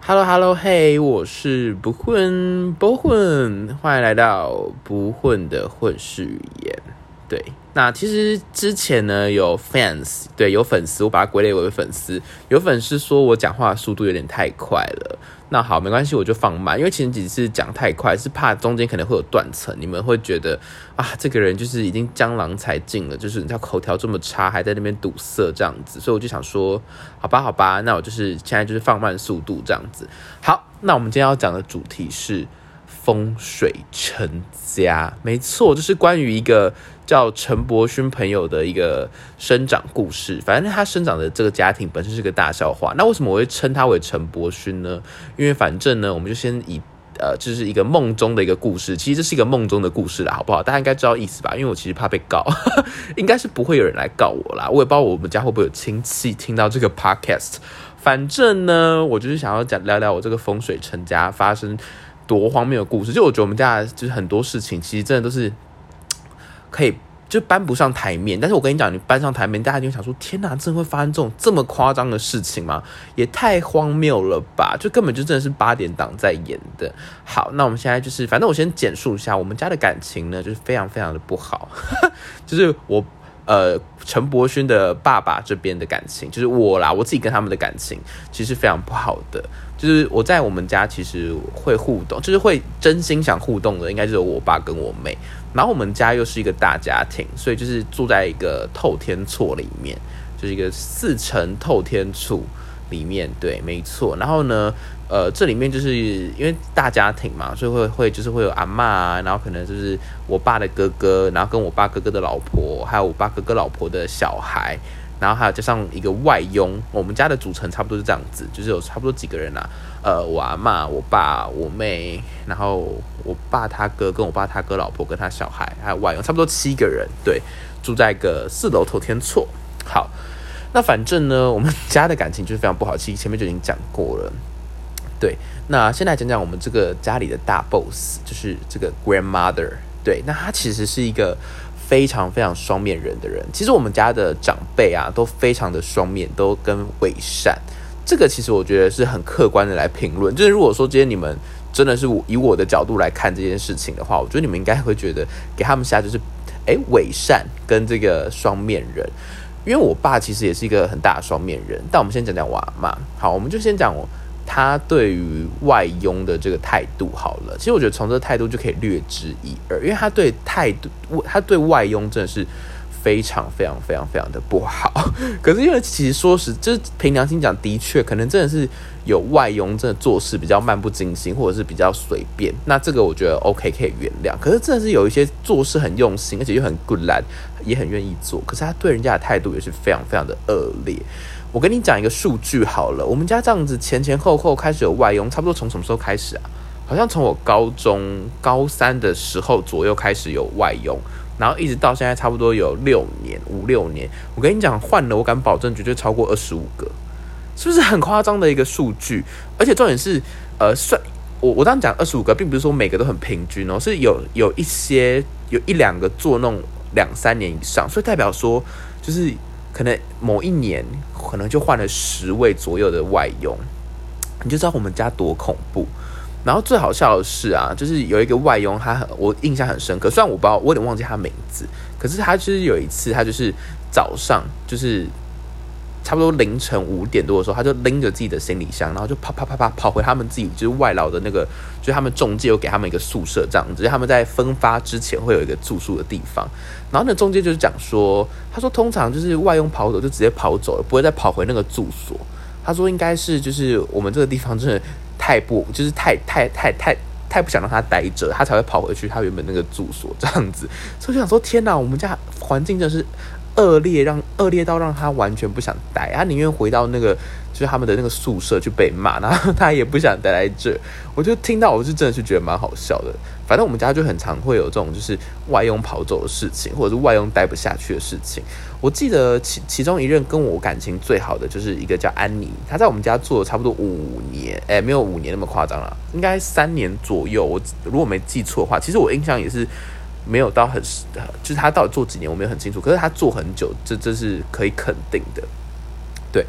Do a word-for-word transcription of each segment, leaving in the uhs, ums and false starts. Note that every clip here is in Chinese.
Hello Hello Hey， 我是不混不混，欢迎来到不混的混世语言。对，那其实之前呢有 fans， 对，有粉丝，我把它归类为粉丝。有粉丝说我讲话的速度有点太快了，那好，没关系，我就放慢，因为前几次讲太快，是怕中间可能会有断层，你们会觉得啊，这个人就是已经江郎才尽了，就是你知道口条这么差，还在那边堵塞这样子，所以我就想说，好吧，好吧，那我就是现在就是放慢速度这样子。好，那我们今天要讲的主题是风水成家，没错，就是关于一个叫陈伯勋朋友的一个生长故事。反正他生长的这个家庭本身是个大笑话。那为什么我会称他为陈伯勋呢？因为反正呢，我们就先以呃，这、就是一个梦中的一个故事。其实这是一个梦中的故事啦，好不好？大家应该知道意思吧？因为我其实怕被告，应该是不会有人来告我啦。我也不知道我们家会不会有亲戚听到这个 podcast。反正呢，我就是想要讲聊聊我这个风水成家发生多荒谬的故事。就我觉得我们家就是很多事情，其实真的都是可以就搬不上台面。但是我跟你讲，你搬上台面，大家就会想说：天哪，真的会发生这种这么夸张的事情吗？也太荒谬了吧！就根本就真的是八点档在演的。好，那我们现在就是，反正我先简述一下我们家的感情呢，就是非常非常的不好。就是我呃陈伯勋的爸爸这边的感情，就是我啦，我自己跟他们的感情其实非常不好的。就是我在我们家其实会互动，就是会真心想互动的，应该就是我爸跟我妹。然后我们家又是一个大家庭，所以就是住在一个透天厝里面，就是一个四层透天厝里面，对，没错。然后呢，呃，这里面就是因为大家庭嘛，所以会会就是会有阿嬷啊，然后可能就是我爸的哥哥，然后跟我爸哥哥的老婆，还有我爸哥哥老婆的小孩。然后还有加上一个外佣，我们家的组成差不多是这样子，就是有差不多几个人啊，呃，我阿嬷、我爸、我妹，然后我爸他哥跟我爸他哥老婆跟他小孩，还有外佣，差不多七个人，对，住在一个四楼透天厝。好，那反正呢，我们家的感情就是非常不好，其实前面就已经讲过了。对，那先来讲讲我们这个家里的大 boss， 就是这个 grandmother。对，那她其实是一个非常非常双面人的人。其实我们家的长辈啊都非常的双面，都跟伪善。这个其实我觉得是很客观的来评论，就是如果说今天你们真的是以我的角度来看这件事情的话，我觉得你们应该会觉得给他们下就是哎伪善跟这个双面人。因为我爸其实也是一个很大的双面人，但我们先讲讲我阿嬷。好，我们就先讲他对于外佣的这个态度好了。其实我觉得从这个态度就可以略知一二，因为他对态度，他对外佣真的是非常非常非常非常的不好。可是因为其实说实，就是凭良心讲，的确可能真的是有外佣真的做事比较漫不经心，或者是比较随便，那这个我觉得 OK 可以原谅。可是真的是有一些做事很用心，而且又很 good lad， 也很愿意做，可是他对人家的态度也是非常非常的恶劣。我跟你讲一个数据好了，我们家这样子前前后后开始有外佣，差不多从什么时候开始啊？好像从我高中高三的时候左右开始有外佣，然后一直到现在差不多有六年五六年。我跟你讲，换了我敢保证绝对超过二十五个，是不是很夸张的一个数据？而且重点是，呃，算我我这样讲二十五个，并不是说每个都很平均哦，是有有一些有一两个做那种两三年以上，所以代表说就是。可能某一年可能就换了十位左右的外佣，你就知道我们家多恐怖。然后最好笑的是啊，就是有一个外佣，他我印象很深刻，虽然我不知道，我有点忘记他名字，可是他就是有一次，他就是早上就是差不多凌晨五点多的时候，他就拎着自己的行李箱，然后就啪啪啪啪跑回他们自己就是外劳的那个，就是他们中介有给他们一个宿舍这样子，就是他们在分发之前会有一个住宿的地方。然后那中介就是讲说，他说通常就是外佣跑走就直接跑走了，不会再跑回那个住所。他说应该是就是我们这个地方真的太不，就是太太太太太不想让他待着，他才会跑回去他原本那个住所这样子。所以我就想说，天哪，我们家环境真的是恶劣，让恶劣到让他完全不想待，他宁愿回到那个就是他们的那个宿舍去被骂，然后他也不想待在这。我就听到，我是真的是觉得蛮好笑的。反正我们家就很常会有这种就是外佣跑走的事情，或者是外佣待不下去的事情。我记得其其中一任跟我感情最好的就是一个叫安妮，她在我们家做了差不多五年，哎，没有五年那么夸张啦，应该三年左右。我如果没记错的话，其实我印象也是没有到很，就是他到底做几年我没有很清楚，可是他做很久，这这是可以肯定的。对，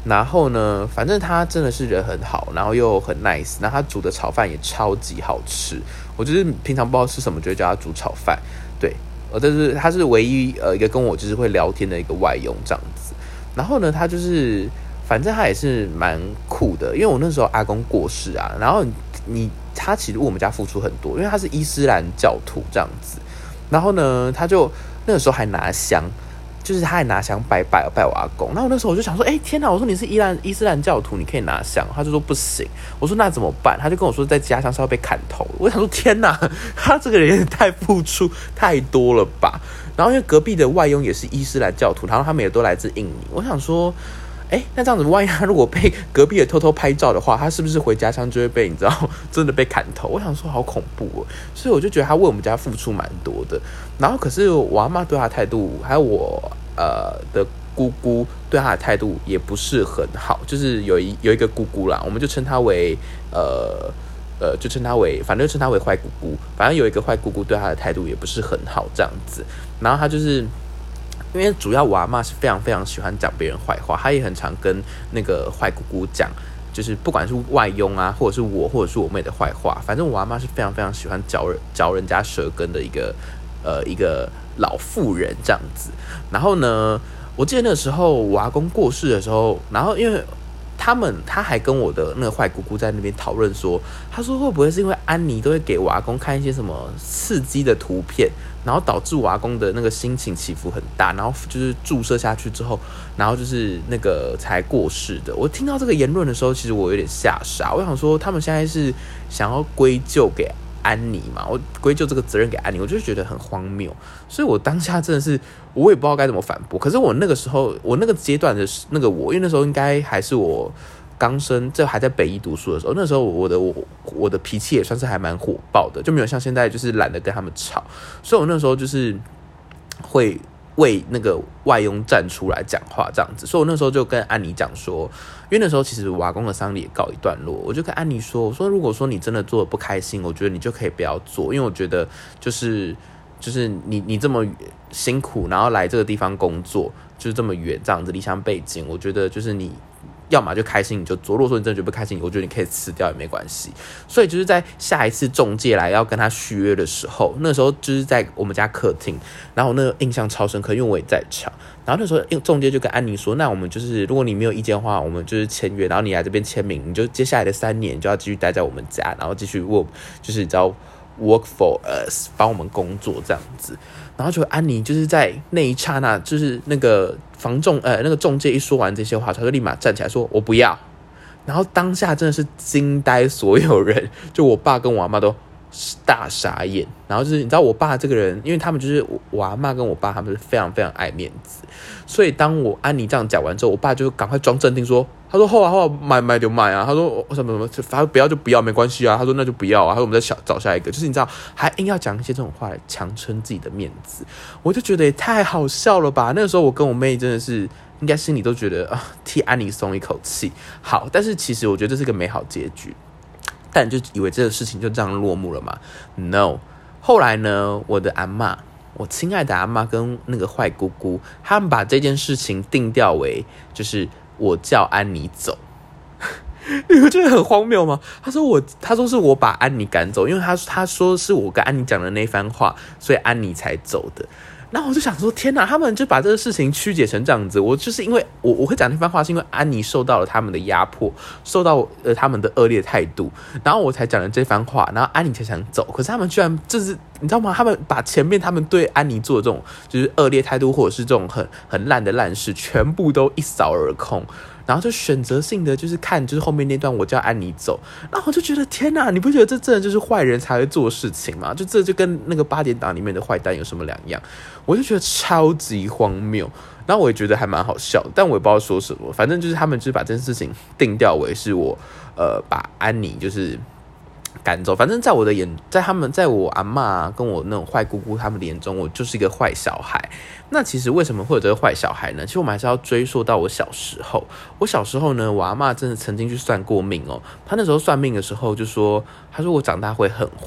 然后呢，反正他真的是人很好，然后又很 nice， 然后他煮的炒饭也超级好吃。我就是平常不知道吃什么，就会叫他煮炒饭。对，呃，这是他是唯一呃一个跟我就是会聊天的一个外佣这样子。然后呢，他就是反正他也是蛮酷的，因为我那时候阿公过世啊，然后你他其实为我们家付出很多，因为他是伊斯兰教徒这样子。然后呢，他就那个时候还拿香。就是他还拿香拜拜拜我阿公，然后那时候我就想说，哎、欸、天哪！我说你是伊兰伊斯兰教徒，你可以拿香，他就说不行。我说那怎么办？他就跟我说在家乡是要被砍头。我想说天哪，他这个人也太付出太多了吧。然后因为隔壁的外佣也是伊斯兰教徒，然后他们也都来自印尼。我想说，哎、欸，那这样子，万一他如果被隔壁的偷偷拍照的话，他是不是回家乡就会被你知道真的被砍头？我想说好恐怖哦，所以我就觉得他为我们家付出蛮多的。然后可是我阿嬷对他的态度，还有我呃的姑姑对他的态度也不是很好，就是有一有一个姑姑啦，我们就称她为呃呃，就称她为，反正就称她为坏姑姑。反正有一个坏姑姑对他的态度也不是很好，这样子。然后他就是因为主要我阿嬷是非常非常喜欢讲别人坏话，她也很常跟那个坏姑姑讲。就是不管是外佣啊，或者是我，或者是我妹的坏话，反正我阿嬷是非常非常喜欢嚼人嚼人家舌根的一个呃一个老妇人这样子。然后呢，我记得那个时候我阿公过世的时候，然后因为他们他还跟我的那个坏姑姑在那边讨论说，他说会不会是因为安妮都会给我阿公看一些什么刺激的图片，然后导致我阿公的那个心情起伏很大，然后就是注射下去之后，然后就是那个才过世的。我听到这个言论的时候，其实我有点吓傻，我想说他们现在是想要归咎给安妮嘛，我归咎这个责任给安妮，我就觉得很荒谬。所以我当下真的是我也不知道该怎么反驳。可是我那个时候，我那个阶段的那个我，因为那时候应该还是我刚升，这还在北医读书的时候，那时候我的我我的脾气也算是还蛮火爆的，就没有像现在就是懒得跟他们吵。所以我那时候就是会为那个外佣站出来讲话这样子。所以我那时候就跟安妮讲说，因为那时候其实我阿公的丧礼也告一段落，我就跟安妮说，我说如果说你真的做得不开心，我觉得你就可以不要做，因为我觉得就是就是你你这么辛苦，然后来这个地方工作，就是这么远这样子离乡背景，我觉得就是你要么就开心你就做，如果说你真的觉得不开心，我觉得你可以辞掉也没关系。所以就是在下一次仲介来要跟他续约的时候，那时候就是在我们家客厅，然后那个印象超深刻，因为我也在场。然后那时候仲介就跟安妮说，那我们就是如果你没有意见的话，我们就是签约，然后你来这边签名，你就接下来的三年就要继续待在我们家，然后继续 work， 就是你知道 work for us， 帮我们工作这样子。然后就安妮就是在那一刹那，就是那个房仲呃那个仲介一说完这些话，他就立马站起来说我不要。然后当下真的是惊呆所有人，就我爸跟我阿嬷都大傻眼。然后就是你知道我爸这个人，因为他们就是我阿嬷跟我爸他们是非常非常爱面子，所以当我安妮这样讲完之后，我爸就赶快装镇定说，他说后来后来买买就买啊，他说什么什么，反正不要就不要没关系啊，他说那就不要啊，他说我们再找下一个，就是你知道还硬要讲一些这种话来强撑自己的面子，我就觉得也太好笑了吧。那个时候我跟我妹真的是应该心里都觉得啊，替安妮松一口气。好，但是其实我觉得这是个美好结局，但就以为这个事情就这样落幕了嘛 ？No， 后来呢，我的阿嬷，我亲爱的阿嬷跟那个坏姑姑，他们把这件事情定调为就是我叫安妮走。你不觉得很荒谬吗？他说我，他说是我把安妮赶走，因为他他说是我跟安妮讲的那番话，所以安妮才走的。然后我就想说，天哪！他们就把这个事情曲解成这样子。我就是因为我我会讲那番话，是因为安妮受到了他们的压迫，受到呃他们的恶劣态度，然后我才讲了这番话，然后安妮才想走。可是他们居然就是你知道吗？他们把前面他们对安妮做的这种就是恶劣态度，或者是这种很很烂的烂事，全部都一扫而空。然后就选择性的就是看就是后面那段我叫安妮走，然后我就觉得天哪，你不觉得这真的就是坏人才会做的事情吗？就这就跟那个八点档里面的坏蛋有什么两样？我就觉得超级荒谬，然后我也觉得还蛮好笑的，但我也不知道说什么，反正就是他们就是把这件事情定调为是我呃把安妮就是赶走，反正在我的眼，在他们，在我阿嬷跟我那种坏姑姑他们的眼中，我就是一个坏小孩。那其实为什么会有这个坏小孩呢？其实我们还是要追溯到我小时候。我小时候呢，我阿嬷真的曾经去算过命哦。她那时候算命的时候就说，她说我长大会很坏。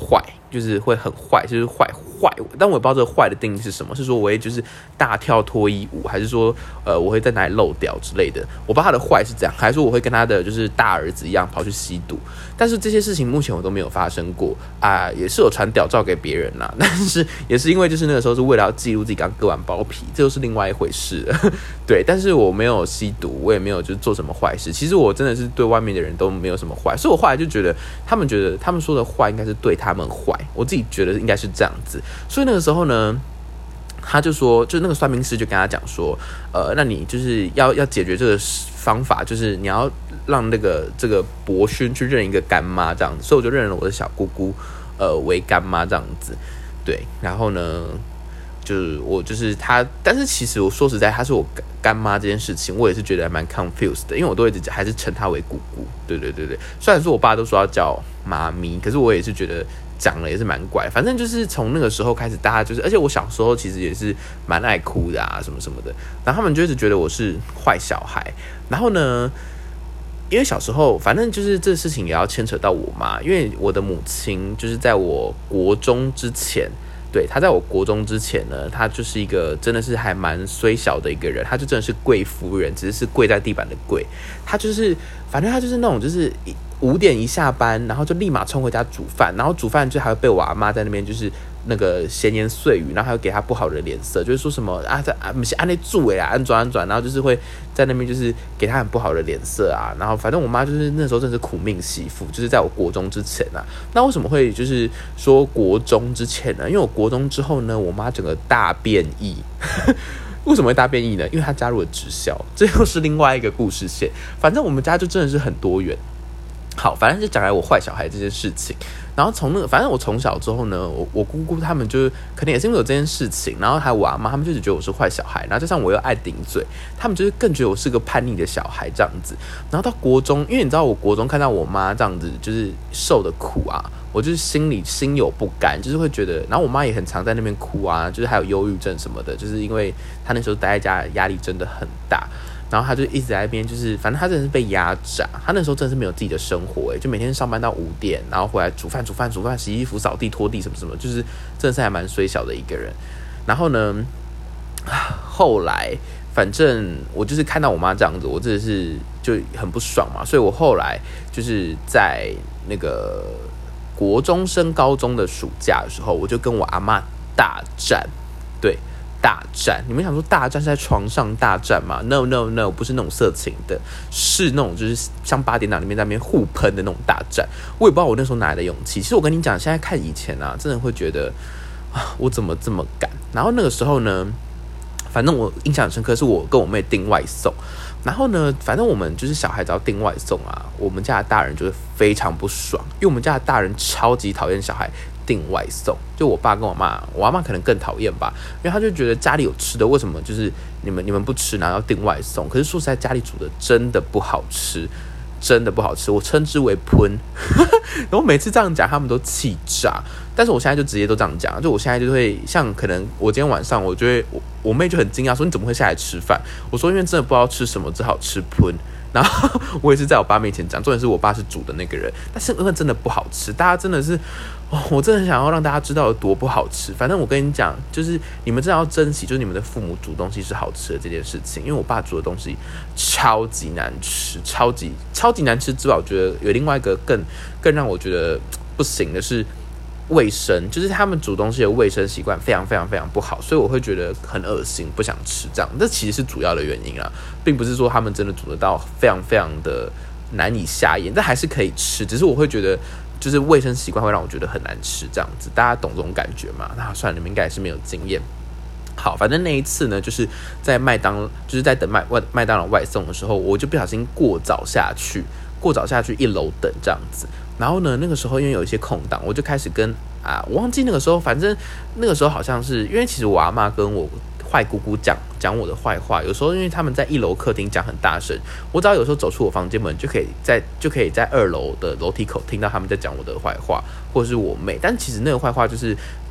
就是会很坏，就是坏坏，但我也不知道这个坏的定义是什么，是说我会就是大跳脱衣舞，还是说呃我会在哪里漏掉之类的，我不知道他的坏是这样，还是说我会跟他的就是大儿子一样跑去吸毒，但是这些事情目前我都没有发生过啊，也是有传屌照给别人啦，但是也是因为就是那个时候是为了要记录自己刚割完包皮，这就是另外一回事了对，但是我没有吸毒，我也没有就是做什么坏事，其实我真的是对外面的人都没有什么坏，所以我后来就觉得他们觉得他们说的坏应该是对他们坏，我自己觉得应该是这样子，所以那个时候呢，他就说，就那个算命师就跟他讲说，呃，那你就是要要解决这个方法，就是你要让那个这个伯勋去认一个干妈这样子，所以我就认了我的小姑姑，呃，为干妈这样子，对，然后呢，就是我就是他，但是其实我说实在，他是我干妈这件事情，我也是觉得还蛮 confused 的，因为我都一直还是称她为姑姑，对对对对，虽然说我爸都说要叫妈咪，可是我也是觉得。讲了也是蛮怪，反正就是从那个时候开始，大家就是，而且我小时候其实也是蛮爱哭的啊，什么什么的。然后他们就一直觉得我是坏小孩。然后呢，因为小时候，反正就是这事情也要牵扯到我妈，因为我的母亲就是在我国中之前，对，她在我国中之前呢，她就是一个真的是还蛮衰小的一个人，她就真的是贵夫人，只是是跪在地板的跪。她就是，反正她就是那种就是。五点一下班，然后就立马冲回家煮饭，然后煮饭就还会被我阿妈在那边就是那个闲言碎语，然后还会给她不好的脸色，就是说什么啊在啊不是按那住哎啊按转按转，然后就是会在那边就是给她很不好的脸色啊，然后反正我妈就是那时候真的是苦命媳妇，就是在我国中之前啊，那为什么会就是说国中之前呢？因为我国中之后呢，我妈整个大变异。为什么会大变异呢？因为她加入了直销，这又是另外一个故事线。反正我们家就真的是很多元。好，反正就讲来我坏小孩这件事情，然后从那个，反正我从小之后呢，我我姑姑他们就可能也是因为有这件事情，然后还有我阿妈他们就只觉得我是坏小孩，然后加上我又爱顶嘴，他们就是更觉得我是个叛逆的小孩这样子。然后到国中，因为你知道我国中看到我妈这样子就是受的苦啊，我就是心里心有不甘，就是会觉得，然后我妈也很常在那边哭啊，就是还有忧郁症什么的，就是因为她那时候待在家压力真的很大。然后他就一直在那边，就是反正他真的是被压榨。他那时候真的是没有自己的生活，哎，就每天上班到五点，然后回来煮饭、煮饭、煮饭、洗衣服、扫地、拖地什么什么，就是真的是还蛮衰小的一个人。然后呢，后来反正我就是看到我妈这样子，我真的是就很不爽嘛，所以我后来就是在那个国中升高中的暑假的时候，我就跟我阿嬷大战，对。大战，你们想说大战是在床上大战吗 ？No No No， 不是那种色情的，是那种就是像八点档里面在那边互喷的那种大战。我也不知道我那时候哪来的勇气。其实我跟你讲，现在看以前啊，真的会觉得啊，我怎么这么敢？然后那个时候呢，反正我印象很深刻，是我跟我妹订外送。然后呢，反正我们就是小孩子要订外送啊，我们家的大人就会非常不爽，因为我们家的大人超级讨厌小孩订外送，就我爸跟我妈，我阿妈可能更讨厌吧，因为他就觉得家里有吃的，为什么就是你们你们不吃，然后要订外送？可是说实在，家里煮的真的不好吃，真的不好吃，我称之为喷。然后每次这样讲，他们都气炸。但是我现在就直接都这样讲，就我现在就会像可能我今天晚上，我就会我我妹就很惊讶说你怎么会下来吃饭？我说因为真的不知道吃什么，只好吃喷。然后我也是在我爸面前讲，重点是我爸是煮的那个人，但是那真的不好吃，大家真的是，哦，我真的很想要让大家知道有多不好吃。反正我跟你讲，就是你们真的要珍惜，就是你们的父母煮东西是好吃的这件事情。因为我爸煮的东西超级难吃，超级超级难吃之外，我觉得有另外一个更更让我觉得不行的是。卫生，就是他们煮东西的卫生习惯非常非常非常不好，所以我会觉得很恶心，不想吃这样。这其实是主要的原因啦，并不是说他们真的煮得到非常非常的难以下咽，但还是可以吃。只是我会觉得，就是卫生习惯会让我觉得很难吃这样子。大家懂这种感觉吗？那算了，你们应该也是没有经验。好，反正那一次呢，就是在麦当，就是在等麦麦当劳外送的时候，我就不小心过早下去，过早下去一楼等这样子。然后呢，那个时候因为有一些空档，我就开始跟啊，我忘记那个时候，反正那个时候好像是因为其实我阿嬷跟我坏姑姑讲讲我的坏话，有时候因为他们在一楼客厅讲很大声，我只要有时候走出我房间门，就可以在就可以在二楼的楼梯口听到他们在讲我的坏话，或者是我妹。但其实那个坏话就是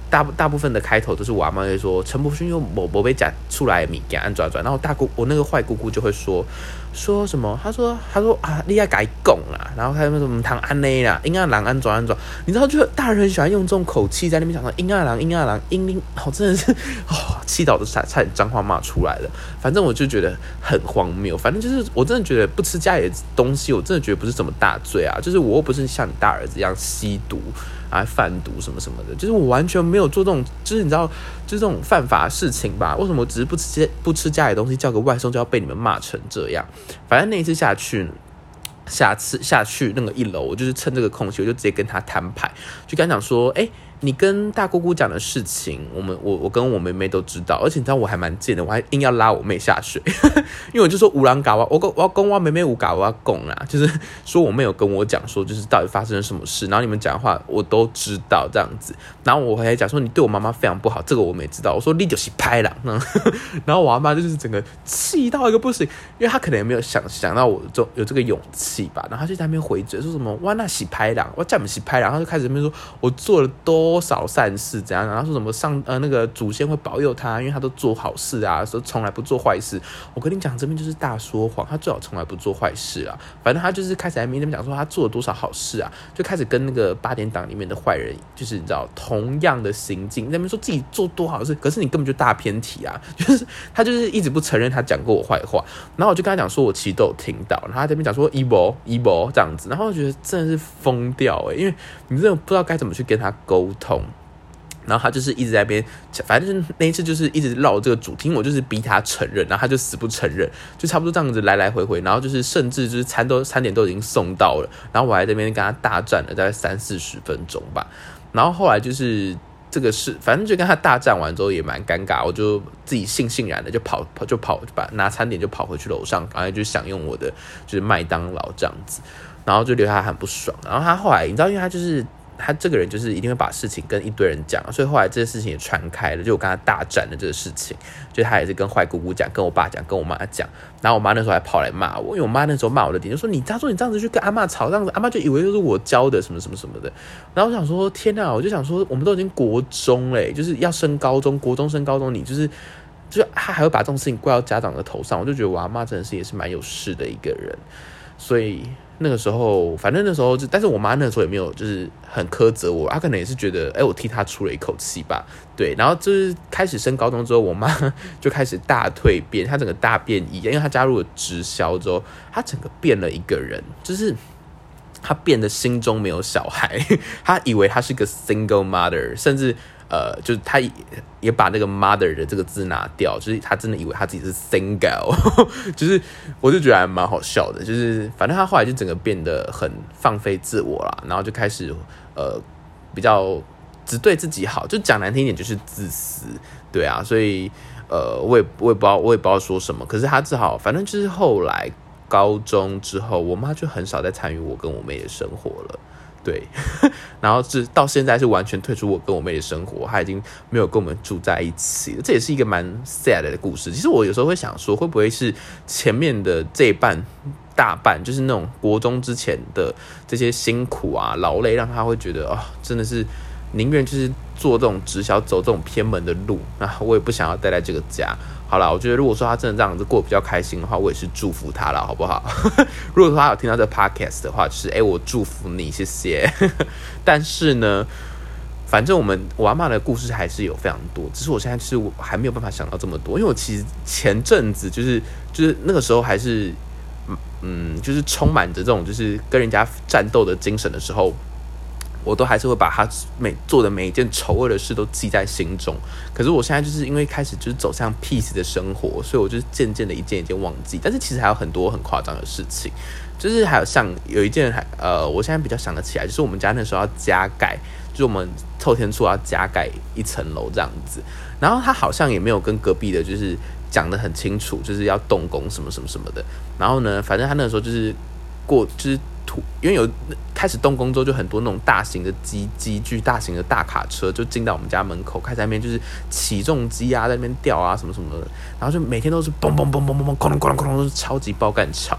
大大部分的开头都是我阿嬷会说陈柏勋又某某被夹出来的米给安抓抓，然后大姑我那个坏姑姑就会说说什么，她说她说啊你要改讲啦，然后她们说唔通安内啦，阴暗狼安抓安抓，你知道就大人很喜欢用这种口气在那边讲说阴暗狼阴暗狼阴阴，哦真的是哦气到都差差点脏话骂出来了，反正我就觉得很荒谬，反正就是我真的觉得不吃家里的东西，我真的觉得不是什么大罪啊，就是我又不是像你大儿子一样吸毒啊贩毒什么什么的，就是我完全没有做这种，就是你知道，就是这种犯法的事情吧？为什么我只是不吃不吃家里的东西，叫个外送就要被你们骂成这样？反正那一次下去，下次下去那个一楼，我就是趁这个空隙，我就直接跟他摊牌，就跟他讲说，哎、欸。你跟大姑姑讲的事情，我们我我跟我妹妹都知道，而且你知道我还蛮贱的，我还硬要拉我妹下水，因为我就说无人搞我，我我要跟我妹妹有搞我要讲啦，就是说我妹有跟我讲说，就是到底发生了什么事，然后你们讲的话我都知道这样子，然后我还讲说你对我妈妈非常不好，这个我们也知道，我说你就是拍狼，然后我阿妈就是整个气到一个不行，因为她可能也没有想想到我有有这个勇气吧，然后她就在那边回嘴说什么哇那是拍狼，我叫你们是拍狼，然后就开始在那边说我做了多。多少善事怎样？然后说什么上呃那个祖先会保佑他，因为他都做好事啊，说从来不做坏事。我跟你讲，这边就是大说谎，他最好从来不做坏事啊。反正他就是开始在那边讲说他做了多少好事啊，就开始跟那个八点档里面的坏人，就是你知道同样的行径，在那边说自己做多好事，可是你根本就大偏题啊！就是他就是一直不承认他讲过我坏话，然后我就跟他讲说我其实都有听到，然后他在那边讲说 evil evil 这样子，然后我觉得真的是疯掉哎、欸，因为你真的不知道该怎么去跟他沟通。然后他就是一直在那边，反正那一次就是一直绕这个主题，我就是逼他承认，然后他就死不承认，就差不多这样子来来回回，然后就是甚至就是餐都餐点都已经送到了，然后我还在那边跟他大战了大概三四十分钟吧，然后后来就是这个事，反正就跟他大战完之后也蛮尴尬，我就自己悻悻然的就跑跑就跑把拿餐点就跑回去楼上，然后就享用我的就是麦当劳这样子，然后就留下他很不爽，然后他后来你知道，因为他就是。他这个人就是一定会把事情跟一堆人讲，所以后来这个事情也传开了，就我跟他大战的这个事情，就他也是跟坏姑姑讲，跟我爸讲，跟我妈讲，然后我妈那时候还跑来骂我，因为我妈那时候骂我的点就说你他说你这样子去跟阿嬷吵，这样子阿嬷就以为就是我教的什么什么什么的，然后我想说天哪，我就想说我们都已经国中嘞，就是要升高中，国中升高中，你就是就是他还会把这种事情怪到家长的头上，我就觉得我阿嬷真的是也是蛮有事的一个人，所以。那个时候，反正那时候就，但是我妈那时候也没有就是很苛责我，她可能也是觉得，哎、欸，我替她出了一口气吧，对。然后就是开始升高中之后，我妈就开始大蜕变，她整个大变异，因为她加入了直销之后，她整个变了一个人，就是她变得心中没有小孩，她以为她是个 single mother， 甚至。呃，就是他也把那个 mother 的这个字拿掉，就是他真的以为他自己是 single， 就是我就觉得还蛮好笑的，就是反正他后来就整个变得很放飞自我啦，然后就开始呃比较只对自己好，就讲难听一点就是自私，对啊，所以呃我也我也不知道我也不知道说什么，可是他只好反正就是后来高中之后，我妈就很少再参与我跟我妹的生活了。对，然后是到现在是完全退出我跟我妹的生活，她已经没有跟我们住在一起了。这也是一个蛮 sad 的故事。其实我有时候会想说，会不会是前面的这一半大半，就是那种国中之前的这些辛苦啊、劳累，让她会觉得哦，真的是宁愿就是做这种直销、走这种偏门的路，那我也不想要待在这个家。好啦，我觉得如果说他真的这样子过得比较开心的话，我也是祝福他啦，好不好？如果说他有听到这个 podcast 的话，就是哎、欸，我祝福你，谢谢。但是呢，反正我们我阿嬷的故事还是有非常多，只是我现在就是我还没有办法想到这么多，因为我其实前阵子就是就是那个时候还是嗯，就是充满着这种就是跟人家战斗的精神的时候。我都还是会把他每做的每一件丑恶的事都记在心中。可是我现在就是因为开始就是走向 peace 的生活，所以我就是渐渐的一件一件忘记。但是其实还有很多很夸张的事情，就是还有像有一件还呃，我现在比较想得起来，就是我们家那时候要加盖，就是我们透天厝要加盖一层楼这样子。然后他好像也没有跟隔壁的，就是讲得很清楚，就是要动工什么什么什么的。然后呢，反正他那个时候就是过就是。因为有开始动工之后，就很多那种大型的机机具、大型的大卡车就进到我们家门口，开始在那边就是起重机啊，在那边吊啊什么什么的，然后就每天都是嘣嘣嘣嘣嘣嘣，哐隆哐隆哐隆，都是超级爆干吵。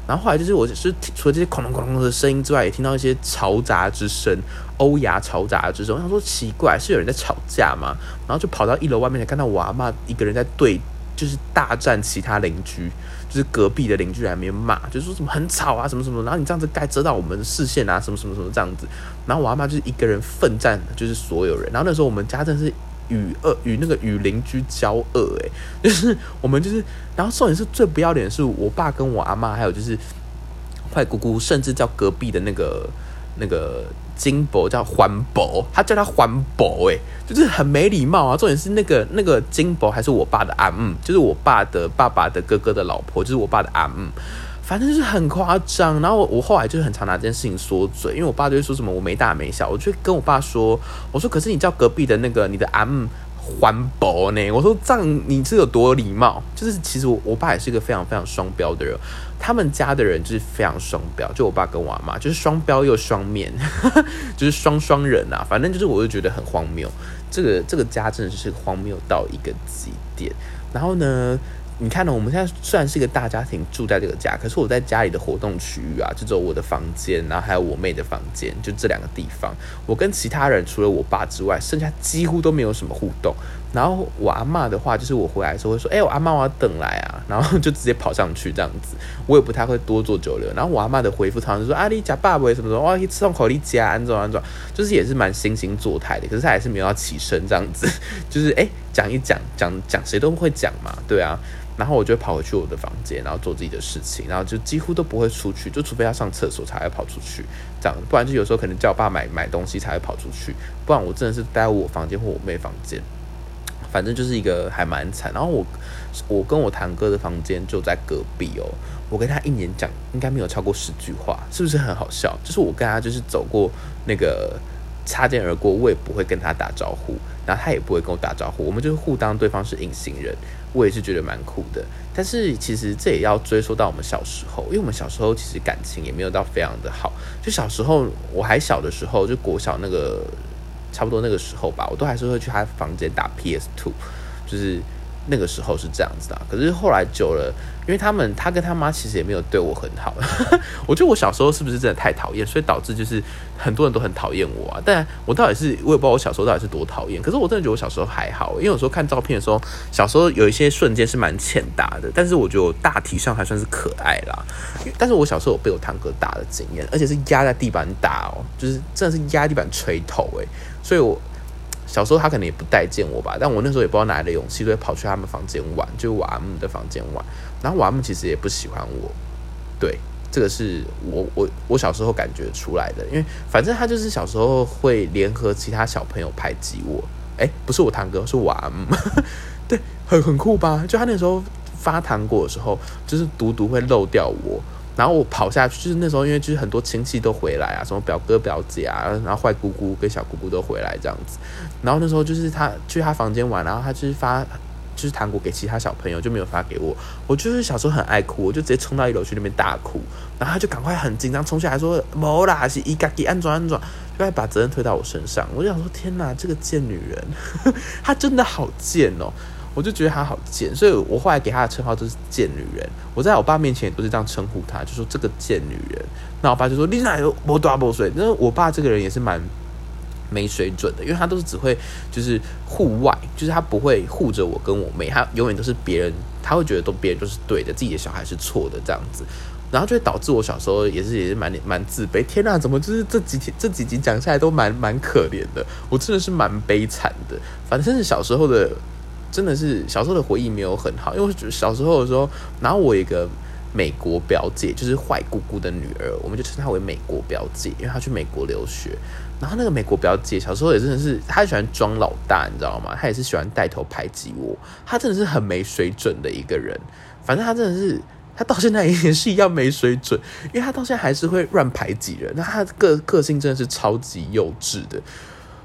然后后来就是我是除了这些哐隆哐隆的声音之外，也听到一些嘈杂之声，欧亚嘈杂之声。我想说奇怪，是有人在吵架吗？然后就跑到一楼外面，才看到我阿嬷一个人在对，就是大战其他邻居，就是隔壁的邻居在那边骂，就是说什么很吵啊，什么什么，然后你这样子该遮到我们的视线啊，什么什么什么这样子。然后我阿嬷就是一个人奋战，就是所有人。然后那时候我们家真的是与恶与那个与邻居交恶，哎，就是我们就是，然后重点是最不要脸的是我爸跟我阿嬷，还有就是坏姑姑，甚至叫隔壁的那个那个金伯叫环伯，他叫他环伯，哎，就是很没礼貌啊。重点是那个那个金伯还是我爸的阿姆，就是我爸的爸爸的哥哥的老婆，就是我爸的阿姆。反正就是很夸张，然后 我, 我后来就很常拿这件事情说嘴，因为我爸就会说什么我没大没小，我就跟我爸说，我说可是你叫隔壁的那个你的阿姆环保呢，我说这样你是有多礼貌？就是其实 我, 我爸也是一个非常非常双标的人，他们家的人就是非常双标，就我爸跟我阿妈就是双标又双面，就是双双人啊，反正就是我就觉得很荒谬，这个这个家真的是荒谬到一个极点，然后呢？你看呢、哦？我们现在虽然是一个大家庭住在这个家，可是我在家里的活动区域啊，就只有我的房间，然后还有我妹的房间，就这两个地方。我跟其他人除了我爸之外，剩下几乎都没有什么互动。然后我阿嬷的话，就是我回来的时候会说：“哎、欸，我阿嬷我要等来啊。”然后就直接跑上去这样子，我也不太会多做久留。然后我阿嬷的回复常常就说：“啊，你家爸爸什么什么，哇，去吃上口你家安装安装，就是也是蛮惺惺作态的。可是他还是没有要起身这样子，就是哎讲、欸、一讲讲讲谁都会讲嘛，对啊。”然后我就会跑回去我的房间，然后做自己的事情，然后就几乎都不会出去，就除非要上厕所才会跑出去，这样，不然就有时候可能叫我爸买买东西才会跑出去，不然我真的是待在我房间或我妹房间，反正就是一个还蛮惨。然后我我跟我堂哥的房间就在隔壁哦，我跟他一年讲应该没有超过十句话，是不是很好笑？就是我跟他就是走过那个擦肩而过，我也不会跟他打招呼，然后他也不会跟我打招呼，我们就是互当对方是隐形人。我也是觉得蛮酷的，但是其实这也要追溯到我们小时候，因为我们小时候其实感情也没有到非常的好。就小时候我还小的时候，就国小那个差不多那个时候吧，我都还是会去他房间打 P S 二， 就是那个时候是这样子的。可是后来久了，因为他们他跟他妈其实也没有对我很好，我觉得我小时候是不是真的太讨厌，所以导致就是很多人都很讨厌我啊。但我到底是我也不知道我小时候到底是多讨厌，可是我真的觉得我小时候还好，因为有时候看照片的时候，小时候有一些瞬间是蛮欠打的，但是我觉得我大体上还算是可爱啦。但是我小时候有被我堂哥打的经验，而且是压在地板打哦，就是真的是压地板捶头哎、欸，所以我。小时候他可能也不待见我吧，但我那时候也不知道哪来的勇气，就会跑去他们房间玩，就是我阿姆的房间玩。然后我阿姆其实也不喜欢我，对，这个是我我我小时候感觉出来的，因为反正他就是小时候会联合其他小朋友排挤我，哎，不是我堂哥，是我阿姆，对，很很酷吧？就他那时候发糖果的时候，就是独独会漏掉我。然后我跑下去，就是那时候，因为就是很多亲戚都回来啊，什么表哥表姐啊，然后坏姑姑跟小姑姑都回来这样子。然后那时候就是他去他房间玩，然后他就是发就是糖果给其他小朋友，就没有发给我。我就是小时候很爱哭，我就直接冲到一楼去那边大哭，然后他就赶快很紧张冲下来说：“没啦，是伊家己安装安装。”就会把责任推到我身上。我就想说：“天哪，这个贱女人，她真的好贱哦！”我就觉得她好贱，所以我后来给她的称号都是贱女人。我在我爸面前也都是这样称呼她，就说这个贱女人。那我爸就说：“你哪有没大没水？”那我爸这个人也是蛮没水准的，因为他都是只会就是护外，就是他不会护着我跟我妹，他永远都是别人，他会觉得都别人都是对的，自己的小孩是错的这样子。然后就会导致我小时候也是也是蛮蛮自卑。天哪，怎么就是这几天这几集讲下来都蛮蛮可怜的？我真的是蛮悲惨的。反正是小时候的。真的是小时候的回忆没有很好，因为我觉得小时候的时候，然后我有一个美国表姐，就是坏姑姑的女儿，我们就称她为美国表姐，因为她去美国留学。然后那个美国表姐小时候也真的是，她喜欢装老大，你知道吗？她也是喜欢带头排挤我，她真的是很没水准的一个人。反正她真的是，她到现在也是一样没水准，因为她到现在还是会乱排挤人，那她的个个性真的是超级幼稚的。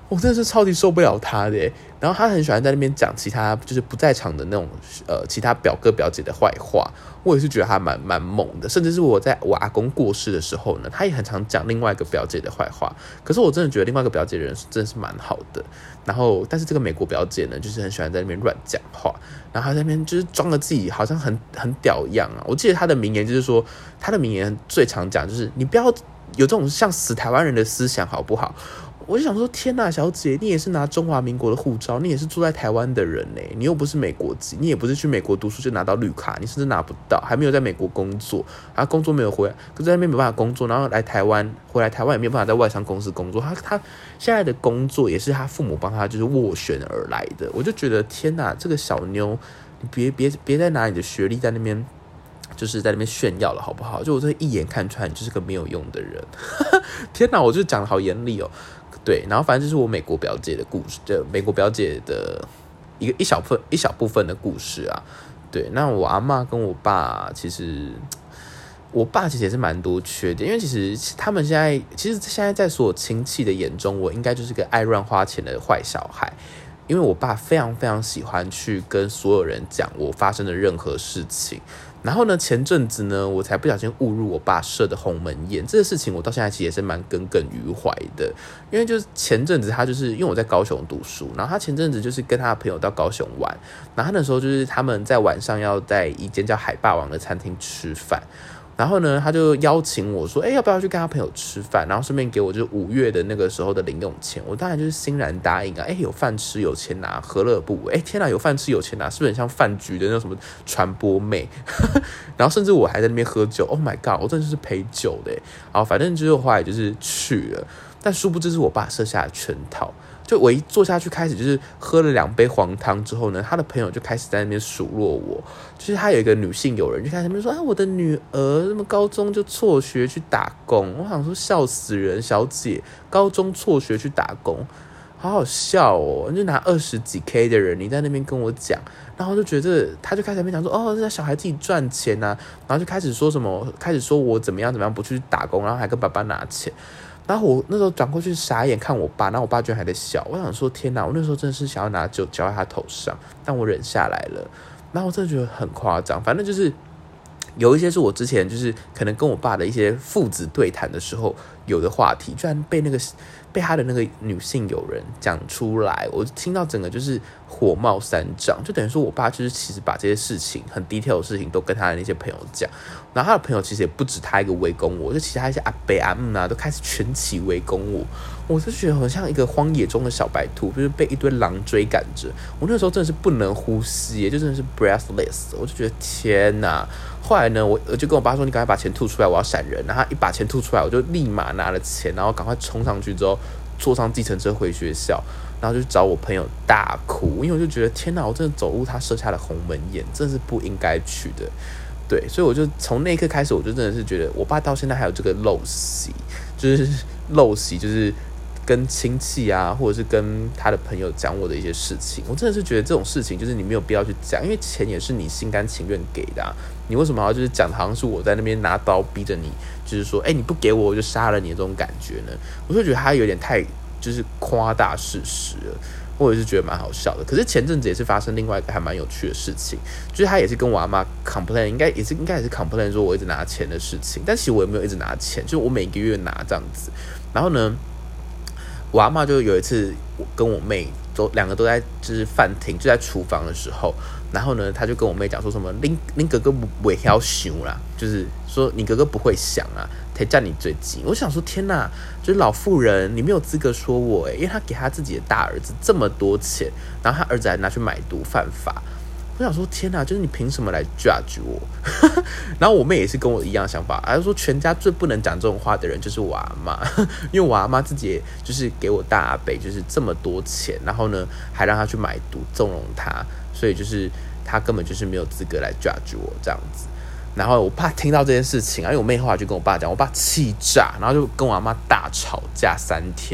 我真的是超级受不了他的耶。然后他很喜欢在那边讲其他就是不在场的那种呃其他表哥表姐的坏话，我也是觉得他蛮蛮猛的。甚至是我在我阿公过世的时候呢，他也很常讲另外一个表姐的坏话。可是我真的觉得另外一个表姐的人真的是蛮好的。然后但是这个美国表姐呢，就是很喜欢在那边乱讲话，然后他在那边就是装的自己好像很很屌一样啊。我记得他的名言就是说，他的名言最常讲就是你不要有这种像死台湾人的思想好不好？我就想说，天哪，小姐，你也是拿中华民国的护照，你也是住在台湾的人呢，你又不是美国籍，你也不是去美国读书就拿到绿卡，你甚至拿不到，还没有在美国工作，啊，工作没有回来，可是在那边没办法工作，然后来台湾，回来台湾也没有办法在外商公司工作，他他现在的工作也是他父母帮他就是斡旋而来的，我就觉得天哪，这个小妞，你别别别再拿你的学历在那边。就是在那边炫耀了，好不好？就我这一眼看出来，你就是个没有用的人。天哪，我就讲得好严厉哦。对，然后反正就是我美国表姐的故事，就美国表姐的一个一小份一小部分的故事啊。对，那我阿嬷跟我爸，其实我爸其实也是蛮多缺点，因为其实他们现在，其实现在在所有亲戚的眼中，我应该就是个爱乱花钱的坏小孩。因为我爸非常非常喜欢去跟所有人讲我发生的任何事情。然后呢，前阵子呢，我才不小心误入我爸设的鸿门宴，这个事情我到现在其实也是蛮耿耿于怀的。因为就是前阵子他就是因为我在高雄读书，然后他前阵子就是跟他的朋友到高雄玩，然后他那时候就是他们在晚上要在一间叫海霸王的餐厅吃饭。然后呢，他就邀请我说：“哎，要不要去跟他朋友吃饭？然后顺便给我就是五月的那个时候的零用钱。”我当然就是欣然答应啊！哎，有饭吃有钱拿，何乐不为？哎，天哪，有饭吃有钱拿，是不是很像饭局的那种什么传播妹？然后甚至我还在那边喝酒 ，Oh my god， 我真的是陪酒的。好，反正就是后来就是去了，但殊不知是我爸设下的圈套。就我一坐下去开始就是喝了两杯黄汤之后呢，他的朋友就开始在那边数落我，就是他有一个女性友人就开始在那边说啊，我的女儿怎么高中就辍学去打工？我想说笑死人，小姐，高中辍学去打工，好好笑哦！你就拿二十几 K 的人，你在那边跟我讲，然后就觉得他就开始在那边讲说，哦，这小孩自己赚钱啊，然后就开始说什么，开始说我怎么样怎么样不去打工，然后还跟爸爸拿钱。然后我那时候转过去傻眼看我爸，然后我爸居然还在笑。我想说天哪，我那时候真的是想要拿酒浇在他头上，但我忍下来了。然后我真的觉得很夸张，反正就是有一些是我之前就是可能跟我爸的一些父子对谈的时候有的话题，居然被那个被他的那个女性友人讲出来，我听到整个就是火冒三丈，就等于说我爸就是其实把这些事情很 detail 的事情都跟他的那些朋友讲，然后他的朋友其实也不止他一个围攻我，就其他一些阿伯阿姆啊都开始全起围攻我，我就觉得好像一个荒野中的小白兔，就是被一堆狼追赶着，我那时候真的是不能呼吸，就真的是 breathless， 我就觉得天哪。后来呢，我我就跟我爸说，你赶快把钱吐出来，我要闪人。然后他一把钱吐出来，我就立马拿了钱，然后赶快冲上去之后坐上计程车回学校，然后就找我朋友大哭，因为我就觉得天哪，我真的走入他设下的鸿门宴，真的是不应该去的。对，所以我就从那一刻开始，我就真的是觉得我爸到现在还有这个陋习，就是陋习，就是跟亲戚啊，或者是跟他的朋友讲我的一些事情，我真的是觉得这种事情就是你没有必要去讲，因为钱也是你心甘情愿给的啊，你为什么要就是讲好像是我在那边拿刀逼着你，就是说，哎、欸，你不给我我就杀了你的这种感觉呢？我就觉得他有点太就是夸大事实了，我也是觉得蛮好笑的。可是前阵子也是发生另外一个还蛮有趣的事情，就是他也是跟我阿妈 complain， 应该也是应该也是 complain 说我一直拿钱的事情，但其实我也没有一直拿钱，就是我每个月拿这样子，然后呢。我阿嬷就有一次，我跟我妹都两个都在就是饭厅，就在厨房的时候，然后呢，她就跟我妹讲说什么，恁恁哥哥不会晓想啦，就是说你哥哥不会想啊，才叫你最急。我想说天哪，就是老妇人，你没有资格说我哎，因为他给他自己的大儿子这么多钱，然后他儿子还拿去买毒犯法。我想说天哪，就是你凭什么来 judge 我？然后我妹也是跟我一样想法，她就说全家最不能讲这种话的人就是我阿嬷，因为我阿嬷自己也就是给我大阿伯就是这么多钱，然后呢还让他去买毒纵容他，所以就是他根本就是没有资格来 judge 我这样子。然后我爸听到这件事情啊，因为我妹后来就跟我爸讲，我爸气炸，然后就跟我阿嬷大吵架三天。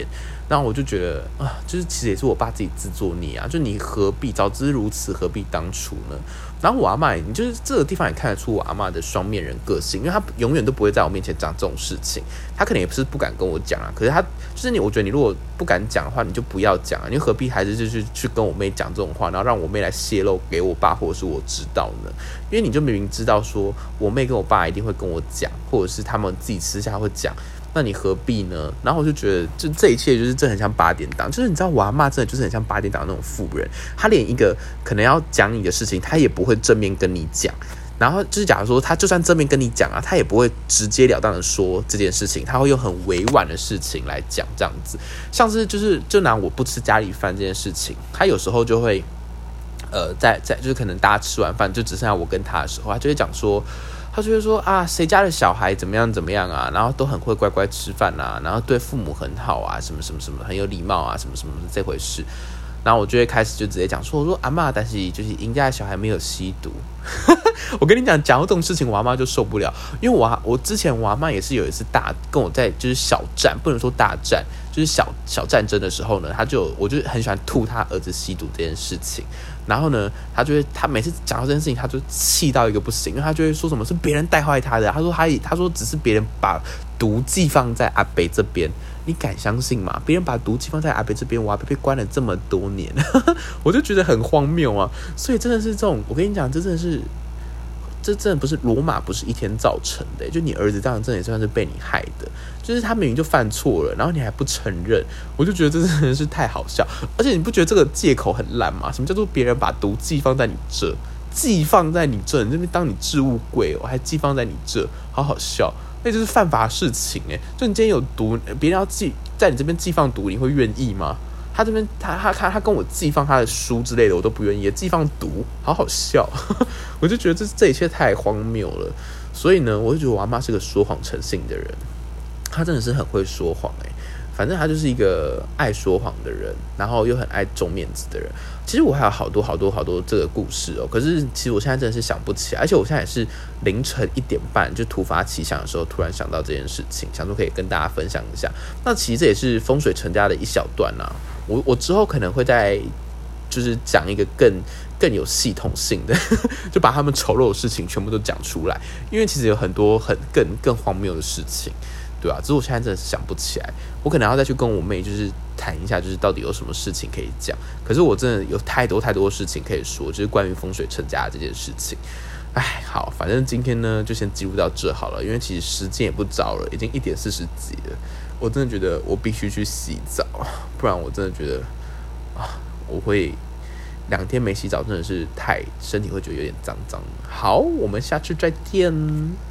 然后我就觉得啊，就是其实也是我爸自己自作孽啊，就你何必早知如此，何必当初呢？然后我阿嬷，你就是这个地方也看得出我阿嬷的双面人个性，因为她永远都不会在我面前讲这种事情，她可能也不是不敢跟我讲啊，可是她就是你，我觉得你如果不敢讲的话，你就不要讲啊，你何必还是就是去跟我妹讲这种话，然后让我妹来泄露给我爸或者是我知道呢？因为你就明明知道说我妹跟我爸一定会跟我讲，或者是他们自己私下会讲。那你何必呢？然后我就觉得，就这一切就是这很像八点档，就是你知道我阿嬷真的就是很像八点档那种妇人，她连一个可能要讲你的事情，她也不会正面跟你讲。然后就是假如说她就算正面跟你讲啊，她也不会直截了当的说这件事情，她会用很委婉的事情来讲这样子。像是就是就拿我不吃家里饭这件事情，她有时候就会呃在在就是可能大家吃完饭就只剩下我跟她的时候，她就会讲说。他就会说啊，谁家的小孩怎么样怎么样啊，然后都很会乖乖吃饭啊，然后对父母很好啊，什么什么什么很有礼貌啊，什么什么这回事。然后我就会开始就直接讲说，我说阿嬷，但是就是人家的小孩没有吸毒。我跟你讲，讲到这种事情，我阿嬷就受不了，因为我我之前我阿嬷也是有一次大跟我在就是小战，不能说大战，就是小小战争的时候呢，他就我就很喜欢吐他儿子吸毒这件事情。然后呢，他就会，他每次讲到这件事情，他就气到一个不行，因为他就会说什么是别人带坏他的。他说他，他说只是别人把毒寄放在阿北这边，你敢相信吗？别人把毒寄放在阿北这边，我阿北被关了这么多年，我就觉得很荒谬啊。所以真的是这种，我跟你讲，这真的是，这真的不是罗马不是一天造成的，就你儿子这样真的也算是被你害的。就是他明明就犯错了，然后你还不承认，我就觉得这真的是太好笑。而且你不觉得这个借口很烂吗？什么叫做别人把毒寄放在你这，寄放在你这，你这边当你置物柜哦，还寄放在你这，好好笑。那就是犯法事情哎！就你今天有毒，别人要寄在你这边寄放毒，你会愿意吗？他这边他他他他跟我寄放他的书之类的，我都不愿意。寄放毒，好好笑。我就觉得这这一切太荒谬了。所以呢，我就觉得我阿嬷是个说谎成性的人。他真的是很会说谎哎、欸，反正他就是一个爱说谎的人，然后又很爱重面子的人。其实我还有好多好多好多这个故事哦，可是其实我现在真的是想不起来，而且我现在也是凌晨一点半就突发奇想的时候，突然想到这件事情，想说可以跟大家分享一下。那其实这也是风水成家的一小段啊，我我之后可能会再就是讲一个更更有系统性的，就把他们丑陋的事情全部都讲出来，因为其实有很多很更更荒谬的事情。对啊，只是我现在真的是想不起来，我可能要再去跟我妹就是谈一下，就是到底有什么事情可以讲。可是我真的有太多太多的事情可以说，就是关于风水成家这件事情。哎，好，反正今天呢就先记录到这好了，因为其实时间也不早了，已经一点四十几了。我真的觉得我必须去洗澡，不然我真的觉得啊，我会两天没洗澡，真的是太身体会觉得有点脏脏。好，我们下次再见。